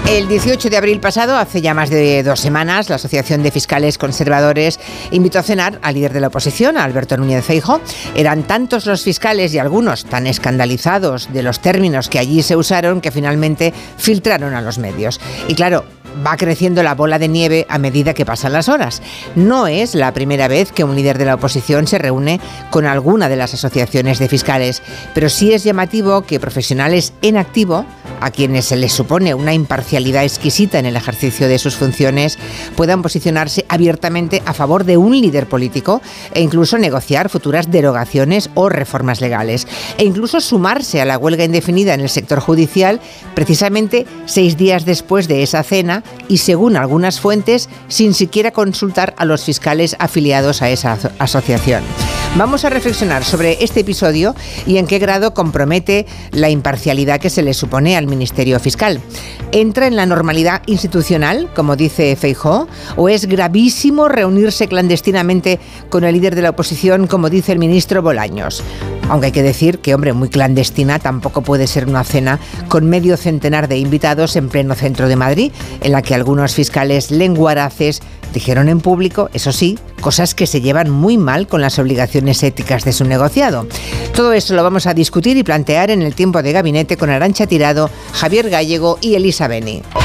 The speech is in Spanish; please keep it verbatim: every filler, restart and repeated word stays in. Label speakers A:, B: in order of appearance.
A: El dieciocho de abril pasado, hace ya más de dos semanas, la Asociación de Fiscales Conservadores invitó a cenar al líder de la oposición, a Alberto Núñez Feijóo. Eran tantos los fiscales y algunos tan escandalizados de los términos que allí se usaron que finalmente filtraron a los medios. Y claro, va creciendo la bola de nieve a medida que pasan las horas. No es la primera vez que un líder de la oposición se reúne con alguna de las asociaciones de fiscales, pero sí es llamativo que profesionales en activo, a quienes se les supone una imparcialidad exquisita en el ejercicio de sus funciones, puedan posicionarse abiertamente a favor de un líder político e incluso negociar futuras derogaciones o reformas legales, e incluso sumarse a la huelga indefinida en el sector judicial precisamente seis días después de esa cena y, según algunas fuentes, sin siquiera consultar a los fiscales afiliados a esa aso- asociación. Vamos a reflexionar sobre este episodio y en qué grado compromete la imparcialidad que se le supone al Ministerio Fiscal. ¿Entra en la normalidad institucional, como dice Feijóo, o es gravísimo reunirse clandestinamente con el líder de la oposición, como dice el ministro Bolaños? Aunque hay que decir que, hombre, muy clandestina tampoco puede ser una cena con medio centenar de invitados en pleno centro de Madrid, en la que algunos fiscales lenguaraces dijeron en público, eso sí, cosas que se llevan muy mal con las obligaciones éticas de su negociado. Todo eso lo vamos a discutir y plantear en el tiempo de gabinete con Arantxa Tirado, Javier Gallego y Elisa Beni.